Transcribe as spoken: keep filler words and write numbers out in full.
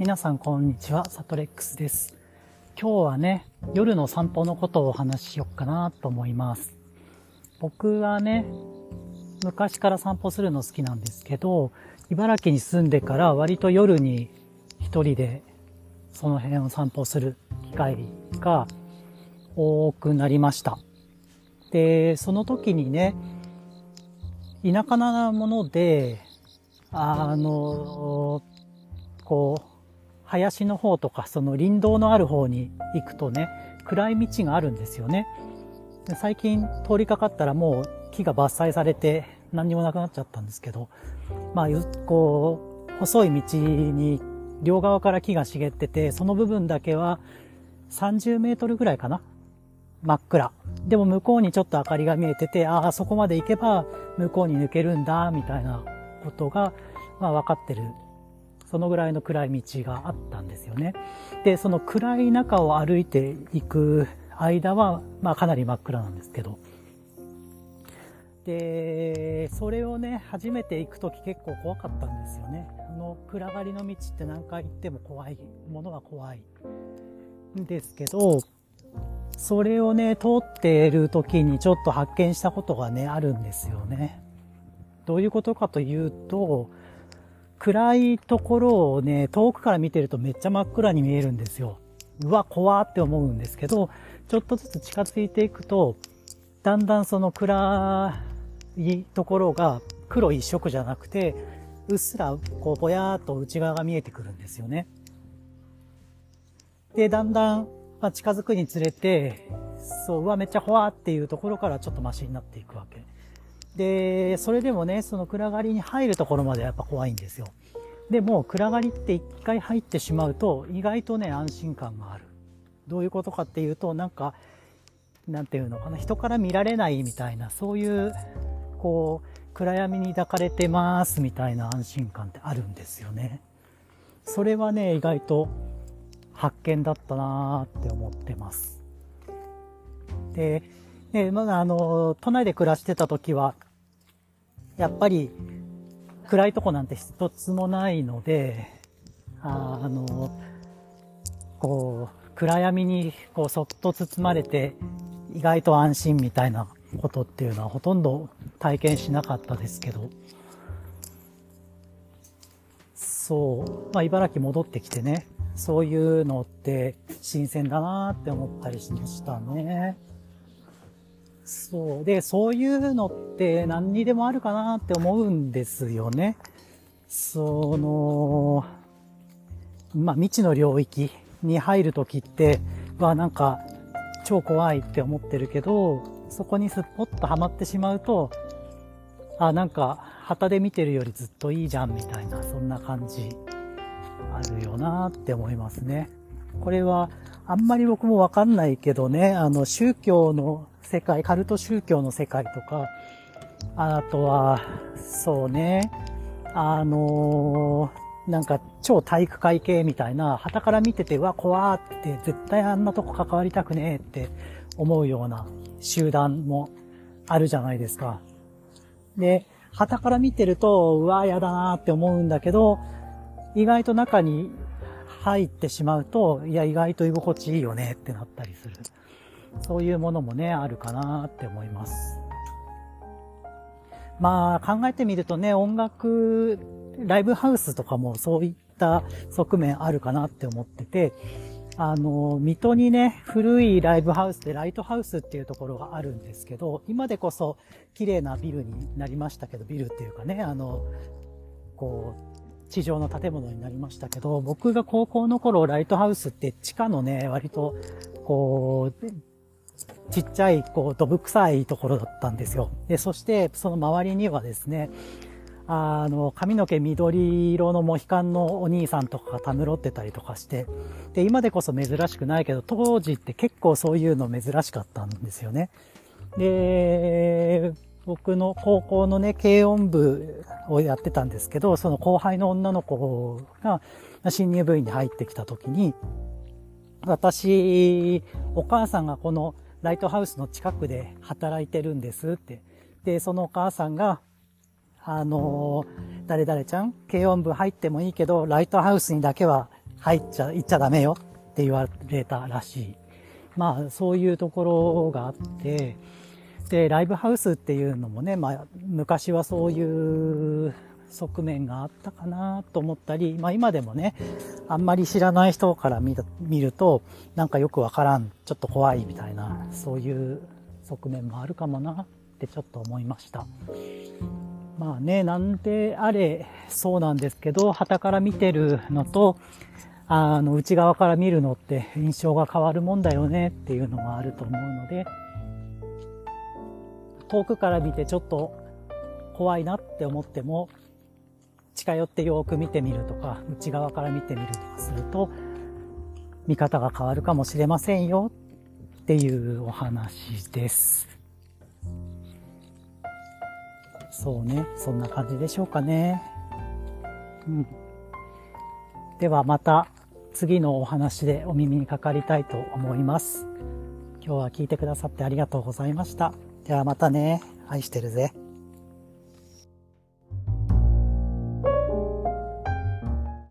皆さんこんにちは、サトレックスです。今日はね、夜の散歩のことをお話ししようかなと思います。僕はね、昔から散歩するの好きなんですけど、茨城に住んでから割と夜に一人でその辺を散歩する機会が多くなりました。で、その時にね、田舎なもので、あの、こう、林の方とか、その林道のある方に行くとね、暗い道があるんですよね。で最近通りかかったらもう木が伐採されて何にもなくなっちゃったんですけど、まあ、こう、細い道に両側から木が茂ってて、その部分だけはさんじゅうメートルぐらいかな。真っ暗。でも向こうにちょっと明かりが見えてて、ああ、そこまで行けば向こうに抜けるんだ、みたいなことが、まあ分かってる。そのぐらいの暗い道があったんですよね。で、その暗い中を歩いていく間は、まあかなり真っ暗なんですけど。で、それをね、初めて行くとき結構怖かったんですよね。あの暗がりの道って何回行っても怖い、ものは怖いんですけど、それをね、通っている時にちょっと発見したことがね、あるんですよね。どういうことかというと、暗いところをね、遠くから見てるとめっちゃ真っ暗に見えるんですよ。うわ、怖って思うんですけど、ちょっとずつ近づいていくと、だんだんその暗いところが黒一色じゃなくて、うっすらこうぼやーっと内側が見えてくるんですよね。で、だんだんまあ、近づくにつれて、そう、うわ、めっちゃ怖っていうところからちょっとマシになっていくわけ。で、それでもね、その暗がりに入るところまではやっぱ怖いんですよ。でも、暗がりって一回入ってしまうと、意外とね、安心感がある。どういうことかっていうと、なんか、なんていうのかな、人から見られないみたいな、そういう、こう、暗闇に抱かれてますみたいな安心感ってあるんですよね。それはね、意外と発見だったなーって思ってます。で、ね、まだあの、都内で暮らしてた時は、やっぱり暗いとこなんて一つもないので、あ、あの、こう、暗闇にこうそっと包まれて意外と安心みたいなことっていうのはほとんど体験しなかったですけど、そう、まあ茨城戻ってきてね、そういうのって新鮮だなって思ったりしましたね。そう。で、そういうのって何にでもあるかなって思うんですよね。その、まあ、未知の領域に入るときって、はなんか超怖いって思ってるけど、そこにすっぽっとはまってしまうと、あ、なんか旗で見てるよりずっといいじゃんみたいな、そんな感じあるよなって思いますね。これはあんまり僕もわかんないけどね、あの宗教の世界、カルト宗教の世界とか、あとは、そうね、あのー、なんか超体育会系みたいな、旗から見てて、うわ、怖ーって、絶対あんなとこ関わりたくねえって思うような集団もあるじゃないですか。で、旗から見てると、うわ、やだなーって思うんだけど、意外と中に入ってしまうと、いや、意外と居心地いいよねってなったりする。そういうものもね、あるかなって思います。まあ、考えてみるとね、音楽、ライブハウスとかもそういった側面あるかなって思ってて、あの、水戸にね、古いライブハウスでライトハウスっていうところがあるんですけど、今でこそ綺麗なビルになりましたけど、ビルっていうかね、あの、こう、地上の建物になりましたけど、僕が高校の頃、ライトハウスって地下のね、割と、こう、ちっちゃい、こう、どぶ臭いところだったんですよ。で、そして、その周りにはですね、あの、髪の毛緑色のモヒカンのお兄さんとかがたむろってたりとかして、で、今でこそ珍しくないけど、当時って結構そういうの珍しかったんですよね。で、僕の高校のね、軽音部をやってたんですけど、その後輩の女の子が新入部員に入ってきた時に、私、お母さんがこのライトハウスの近くで働いてるんですって。で、そのお母さんが、あのー、誰々ちゃん、軽音部入ってもいいけど、ライトハウスにだけは入っちゃ、行っちゃダメよって言われたらしい。まあ、そういうところがあって、で、ライブハウスっていうのもね、まあ、昔はそういう側面があったかなと思ったり、まあ今でもね、あんまり知らない人から見た見ると、なんかよくわからん、ちょっと怖いみたいな、そういう側面もあるかもなってちょっと思いました。まあね、なんであれそうなんですけど、傍から見てるのと、あの、内側から見るのって印象が変わるもんだよねっていうのがあると思うので、遠くから見てちょっと怖いなって思っても、近寄ってよく見てみるとか、内側から見てみるとかすると、見方が変わるかもしれませんよっていうお話です。そうね、そんな感じでしょうかね。うん。ではまた次のお話でお耳にかかりたいと思います。今日は聞いてくださってありがとうございました。ではまたね。愛してるぜ。